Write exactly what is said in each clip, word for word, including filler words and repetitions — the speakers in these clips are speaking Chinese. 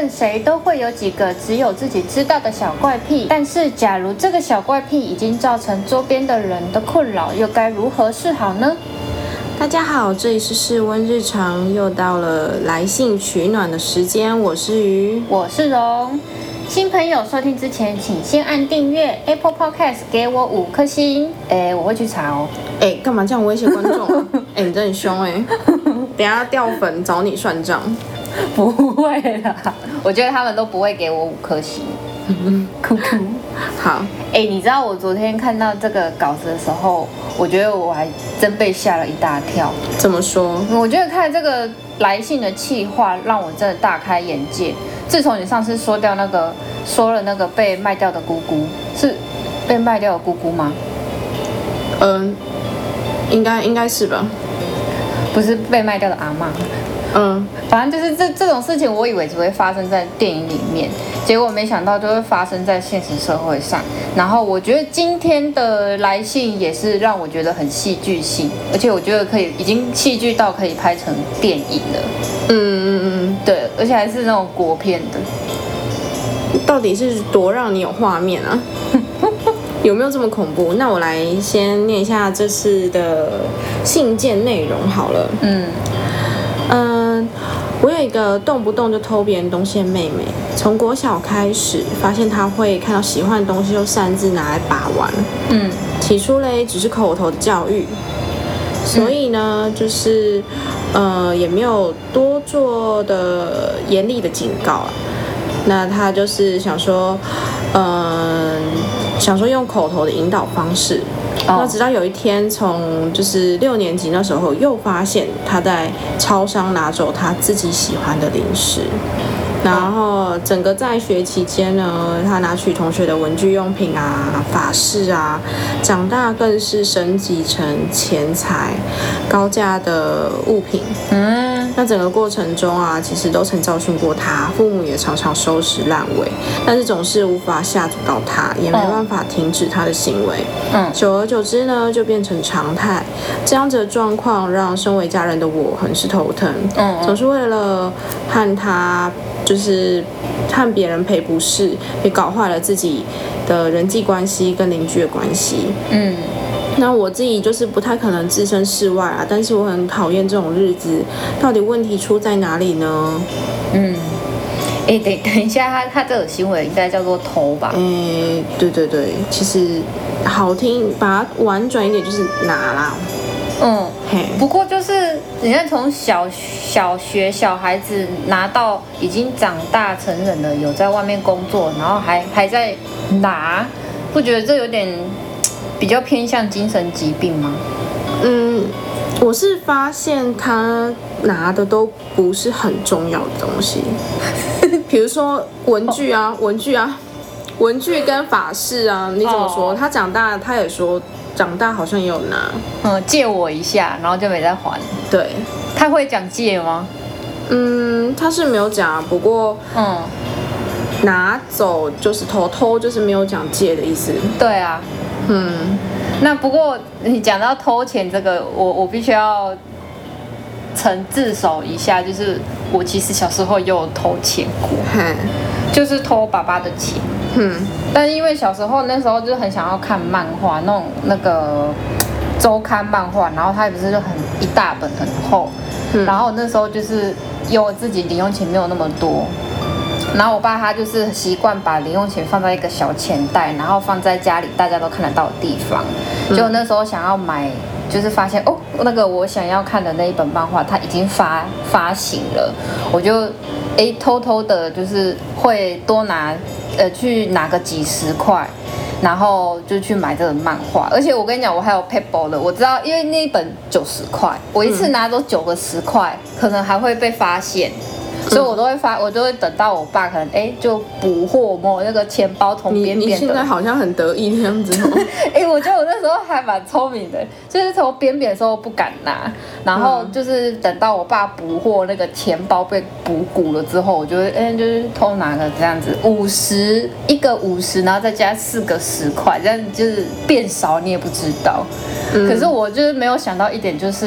信谁都会有几个只有自己知道的小怪癖，但是假如这个小怪癖已经造成周边的人的困扰，又该如何是好呢？ 大家好，这里是室温日常，又到了来信取暖的时间，我是鱼， 我是荣。新朋友收听之前，请先按订阅 Apple Podcast， 给我五颗星。哎，我会去查哦。 哎，干嘛这样威胁观众啊？哎，你真的很凶哎！等一下掉粉找你算账。 不会啦，我觉得他们都不会给我五颗星。哭哭。 好。 哎，你知道我昨天看到这个稿子的时候，我觉得我还真被吓了一大跳。 怎么说？ 我觉得看这个来信的企划，让我真的大开眼界。自从你上次说掉那个说了那个被卖掉的姑姑，是被卖掉的姑姑吗？ 嗯，应该应该是吧。 不是被卖掉的阿嬷。 嗯， 反正就是这这种事情，我以为只会发生在电影里面，结果没想到就会发生在现实社会上。然后我觉得今天的来信也是让我觉得很戏剧性，而且我觉得可以已经戏剧到可以拍成电影了。 嗯嗯嗯， 对，而且还是那种国片的。 到底是多让你有画面啊？有没有这么恐怖？那我来先念一下这次的信件内容好了。嗯。嗯，我有一个动不动就偷别人东西的妹妹，从国小开始，发现她会看到喜欢的东西就擅自拿来把玩。嗯，起初嘞只是口头的教育，所以呢，就是呃也没有多做的严厉的警告啊。那她就是想说，嗯、呃，想说用口头的引导方式。那直到有一天，从就是六年级那时候，又发现他在超商拿走他自己喜欢的零食，然后整个在学期间呢，他拿取同学的文具用品啊、法式啊，长大更是升级成钱财、高价的物品。嗯，那整个过程中啊，其实都曾教训过他，父母也常常收拾烂尾，但是总是无法下阻到他，也没办法停止他的行为。嗯，久而久之呢，就变成常态。这样子的状况让身为家人的我很是头疼。嗯，总是为了和他。就是和别人赔不是，也搞坏了自己的人际关系跟邻居的关系。嗯，那我自己就是不太可能置身事外啊，但是我很讨厌这种日子。到底问题出在哪里呢？嗯， 哎，等等一下，他他这种行为应该叫做偷吧？ 哎，对对对，其实好听，把它婉转一点就是拿啦。 嗯，不过就是你看，从小小学小孩子拿到已经长大成人了，有在外面工作，然后还还在拿，不觉得这有点比较偏向精神疾病吗？ 嗯，我是发现他拿的都不是很重要的东西，比如说文具啊，文具啊，文具跟法式啊，你怎么说？他长大他也说。长大好像也有拿， 嗯，借我一下，然后就没再还。 对， 他会讲借吗？ 嗯，他是没有讲，不过，嗯，拿走就是偷，偷就是没有讲借的意思。 对啊，嗯，那不过你讲到偷钱这个，我我必须要曾自首一下，就是我其实小时候也有偷钱过，就是偷爸爸的钱。嗯，但因为小时候那时候就很想要看漫画，那种那个周刊漫画，然后它不是就很一大本很厚，嗯、然后那时候就是因为我自己零用钱没有那么多，然后我爸他就是习惯把零用钱放在一个小钱袋，然后放在家里大家都看得到的地方。结果那时候想要买，就是发现哦，那个我想要看的那一本漫画它已经发发行了，我就哎偷偷的就是会多拿。呃，去拿个几十块，然后就去买这个漫画。而且我跟你讲，我还有 PayPal 的，我知道，因为那一本九十块，我一次拿走九个十块，可能还会被发现。所以我都会发，我都会等到我爸可能哎就补货，摸那个钱包从边边的。 你你现在好像很得意的样子哦。 哎，我觉得我那时候还蛮聪明的，就是从边边的时候不敢拿，然后就是等到我爸补货那个钱包被补鼓了之后，我就会哎就是偷拿个这样子五十一个五十，然后再加四个十块，这样就是变少你也不知道。嗯、可是我就是没有想到一点就是。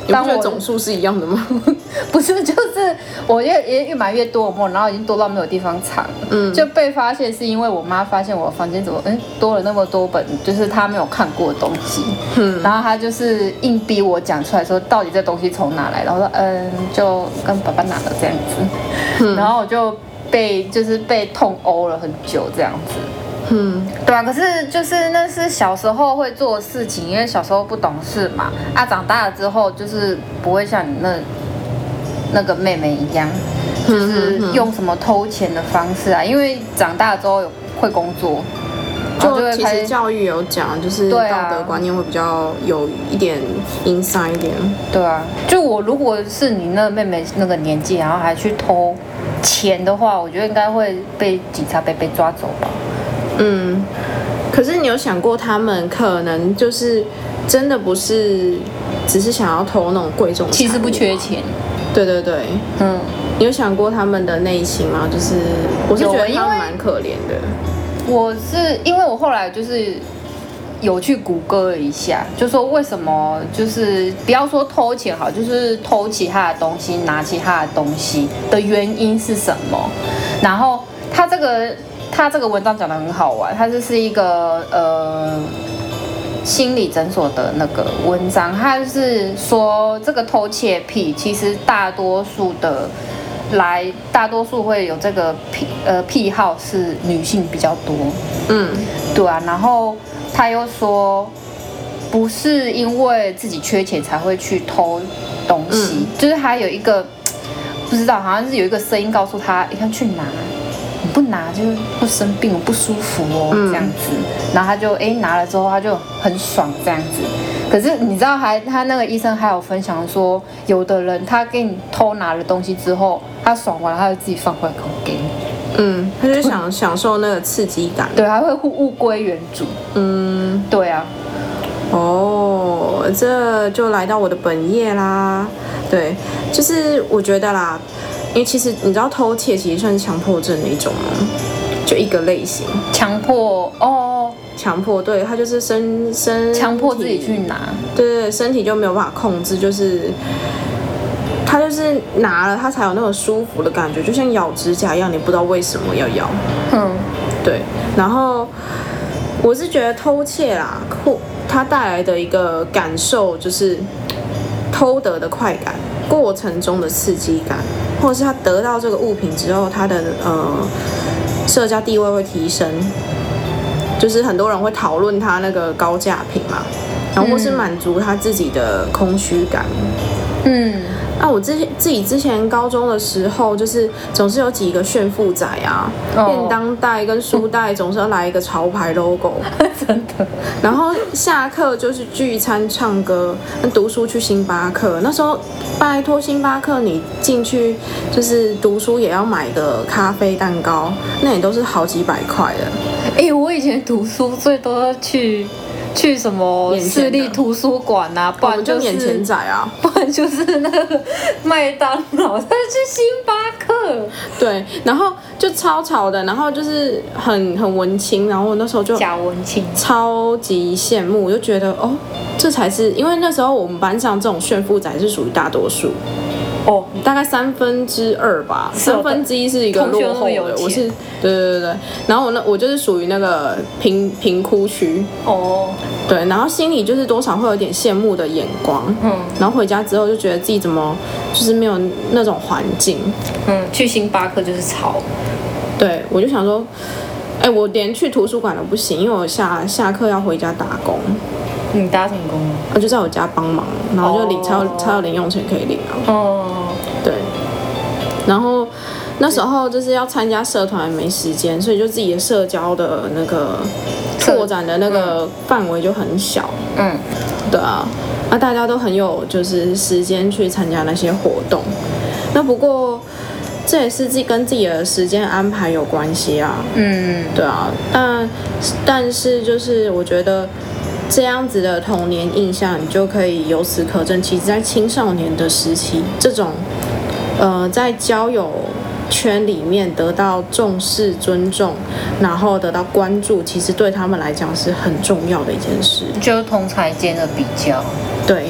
你不觉得总数是一样的吗？ 不是，就是我越越越买越多的梦，然后已经多到没有地方藏了。嗯，就被发现是因为我妈发现我房间怎么嗯多了那么多本，就是她没有看过的东西。嗯，然后她就是硬逼我讲出来说到底这东西从哪来，然后说嗯就跟爸爸拿了这样子。嗯，然后我就被就是被痛殴了很久这样子。嗯，对啊，可是就是那是小时候会做的事情，因为小时候不懂事嘛。啊，长大了之后就是不会像你那那个妹妹一样，就是用什么偷钱的方式啊。因为长大了之后有会工作， 就其实教育有讲，就是道德观念会比较有一点 inside 一点。 对啊，就我如果是你那妹妹那个年纪，然后还去偷钱的话，我觉得应该会被警察被被抓走吧。 嗯，可是你有想过，他们可能就是真的不是只是想要偷那种贵重， 其实不缺钱。 对对对，嗯，你有想过他们的内心吗？就是我是觉得他们蛮可怜的。 我是因为我后来就是有去谷歌了一下，就说为什么就是不要说偷钱好，就是偷其他的东西，拿其他的东西的原因是什么？然后他这个。他这个文章讲得很好玩，他就是一个呃心理诊所的那个文章，他是说这个偷窃癖其实大多数的来，大多数会有这个癖呃癖好是女性比较多，嗯，对啊，然后他又说不是因为自己缺钱才会去偷东西，嗯、就是还有一个不知道好像是有一个声音告诉他，你看去拿。你不拿就会生病，我不舒服哦，嗯、这样子，然后他就哎拿了之后他就很爽这样子。可是你知道还他那个医生还有分享说，有的人他给你偷拿了东西之后，他爽完了他就自己放回口给你， 嗯，他就想享受那个刺激感， 对，还会物归原主，嗯，对啊， 哦，这就来到我的本页啦，对，就是我觉得啦。因为其实你知道偷窃其实算是强迫症的一种吗？就一个类型。 强迫哦， 强迫对，他就是身身强迫自己去拿， 对对对，身体就没有办法控制，就是他就是拿了他才有那种舒服的感觉，就像咬指甲一样，你不知道为什么要咬。嗯，对。然后我是觉得偷窃啦，它带来的一个感受就是偷得的快感，过程中的刺激感。或者是他得到这个物品之后，他的呃社交地位会提升，就是很多人会讨论他那个高价品嘛，然后或是满足他自己的空虚感。嗯，那、啊、我之前自己之前高中的时候，就是总是有几个炫富仔啊，哦、便当袋跟书袋总是要来一个潮牌 logo， 真的。 然后下课就是聚餐唱歌，读书去星巴克。那时候拜托星巴克，你进去就是读书也要买个咖啡蛋糕，那也都是好几百块的。 哎、欸，我以前读书最多去。去什么市立图书馆啊，不然就是眼前仔啊， 不然就是那个麦当劳，再去星巴克。 对，然后就超吵的，然后就是很很文青，然后我那时候就假文青， 超级羡慕，我就觉得哦，这才是，因为那时候我们班上这种炫富仔是属于大多数。哦，大概三分之二吧，三分之一是一个落后的，我是对对对对，然后我那我就是属于那个贫贫窟区哦，对，然后心里就是多少会有点羡慕的眼光，嗯，然后回家之后就觉得自己怎么就是没有那种环境， 嗯，去星巴克就是吵， 对，我就想说，哎、欸，我连去图书馆都不行，因为我下下课要回家打工。 你打什么工啊？ 我就在我家帮忙，然后就领、oh. 才有才有零用钱可以领啊。哦， oh. 对。然后那时候就是要参加社团没时间，所以就自己的社交的那个拓展的那个范围就很小。嗯，对啊，那、啊、大家都很有就是时间去参加那些活动。那不过这也是自己跟自己的时间安排有关系啊。嗯，对啊，但但是就是我觉得。这样子的童年印象，你就可以由此可证，其实在青少年的时期，这种呃在交友圈里面得到重视、尊重，然后得到关注，其实对他们来讲是很重要的一件事。 就是同侪间的比较。 对，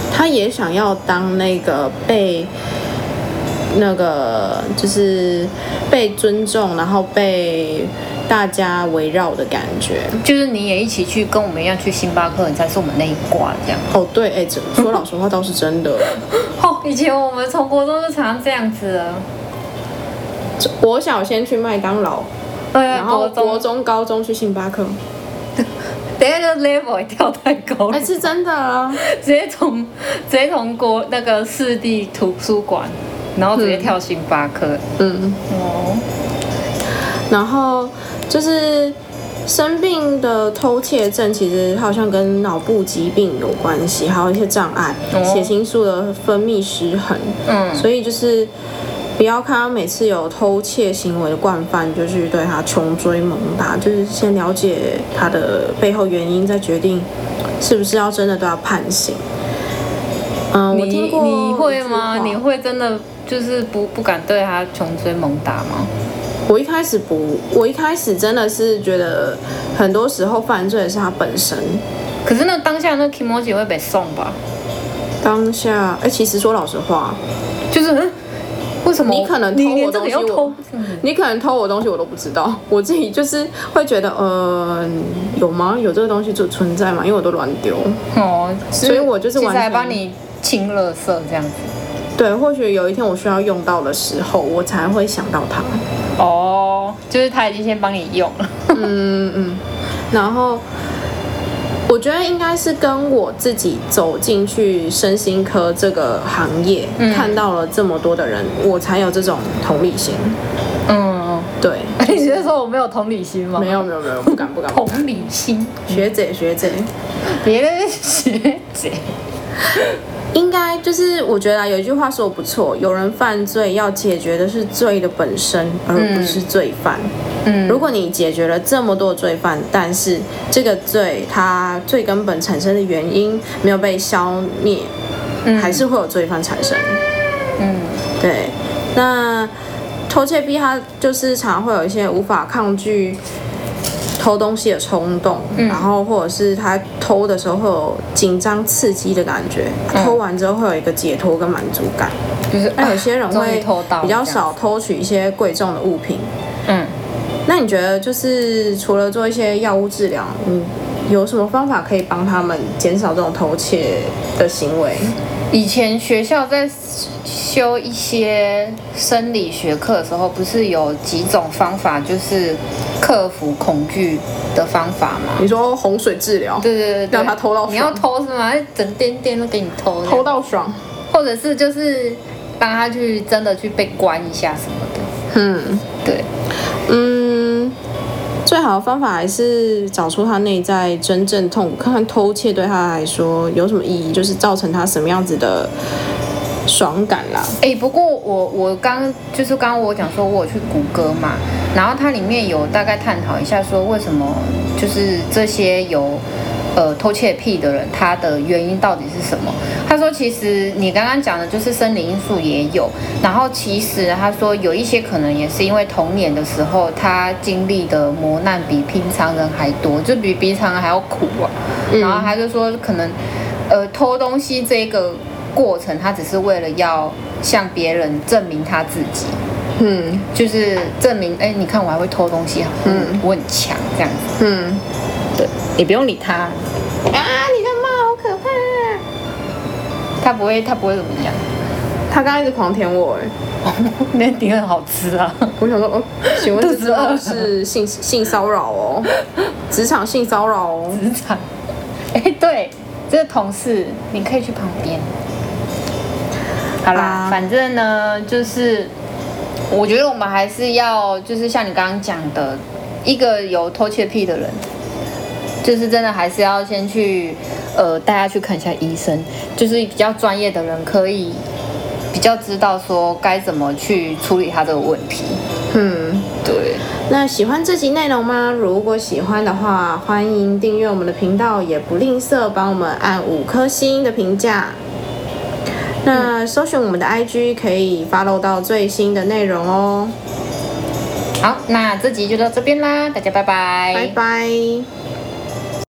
他也想要当那个被那个就是被尊重，然后被大家围绕的感觉。 就是你也一起去跟我们一样去星巴克，你才是我们那一挂这样。 哦，对，哎，说老实话倒是真的。 哦，以前我们从国中就常常这样子了。 国小先去麦当劳， 对啊， 然后国中、高中去星巴克。 等一下，这 level 也跳太高了。 哎，是真的啊！ 直接从直接从国那个市地图书馆，然后直接跳星巴克。嗯哦。 然后就是生病的偷窃症，其实好像跟脑部疾病有关系，还有一些障碍，哦、血清素的分泌失衡。嗯，所以就是不要看他每次有偷窃行为的惯犯，就去对他穷追猛打，就是先了解他的背后原因，再决定是不是要真的对他判刑。嗯，我听过。 你会吗？你会真的就是不不敢对他穷追猛打吗？ 我一开始不，我一开始真的是觉得很多时候犯罪的是他本身。 可是那当下那 kimoji 会被送吧？ 当下，哎、欸，其实说老实话， 就是为什么你可能偷我东西我， 偷你可能偷我东西我都不知道，我自己就是会觉得，呃，有吗？有这个东西就存在吗？因为我都乱丢。哦，所以我就是完全还帮你清垃圾这样子。 对，或许有一天我需要用到的时候，我才会想到它。 哦，就是他已经先帮你用了。 嗯嗯，然后我觉得应该是跟我自己走进去身心科这个行业，嗯、看到了这么多的人，我才有这种同理心。嗯，对。 你是说我没有同理心吗？ 没有没有没有，不敢不敢。 同理心， 学姐学姐， 别的学姐。 应该就是我觉得、啊、有一句话说得不错，有人犯罪要解决的是罪的本身，而不是罪犯。嗯，如果你解决了这么多罪犯，但是这个罪它最根本产生的原因没有被消灭，嗯、还是会有罪犯产生。嗯，对。那偷窃癖它就是常会有一些无法抗拒偷东西的冲动，嗯、然后或者是他偷的时候会有紧张刺激的感觉，嗯、偷完之后会有一个解脱跟满足感。就是那有些人会比较少偷取一些贵重的物品。嗯，那你觉得就是除了做一些药物治疗，嗯，有什么方法可以帮他们减少这种偷窃的行为？ 以前学校在修一些生理学课的时候，不是有几种方法，就是克服恐惧的方法吗？ 你说洪水治疗？ 对对对对， 让他偷到爽。 你要偷是吗？整间店都给你偷， 偷到爽， 或者是就是帮他去真的去被关一下什么的。嗯，对， 嗯。最好的方法还是找出他内在真正痛苦，看看偷窃对他来说有什么意义，就是造成他什么样子的爽感啦。 哎、欸，不过我我刚就是刚刚我讲说我有去谷歌嘛，然后它里面有大概探讨一下说为什么就是这些有呃偷窃癖的人，他的原因到底是什么？他说其实你刚刚讲的就是生理因素也有，然后其实他说有一些可能也是因为童年的时候他经历的磨难比平常人还多，就比平常人还要苦啊。嗯、然后他就说可能呃偷东西这个过程，他只是为了要向别人证明他自己。嗯，就是证明哎，你看我还会偷东西，嗯，我很强这样子。嗯，对，你不用理他。啊，你在骂，好可怕！他不会，他不会怎么样。 他刚刚一直狂舔我，哎， 那顶很好吃啊！ 我想说，哦，请问这之后是性性骚扰哦，职场性骚扰哦， 职场。哎，对，这个同事你可以去旁边。好啦，啊、反正呢，就是我觉得我们还是要，就是像你刚刚讲的，一个有偷窃癖的人。就是真的还是要先去，呃，带他去看一下医生，就是比较专业的人可以比较知道说该怎么去处理他这个问题。嗯，对。 那喜欢这集内容吗？如果喜欢的话，欢迎订阅我们的频道，也不吝啬帮我们按五颗星的评价。那搜寻我们的 I G 可以 follow 到最新的内容哦。 好，那这集就到这边啦，大家拜拜。 拜拜。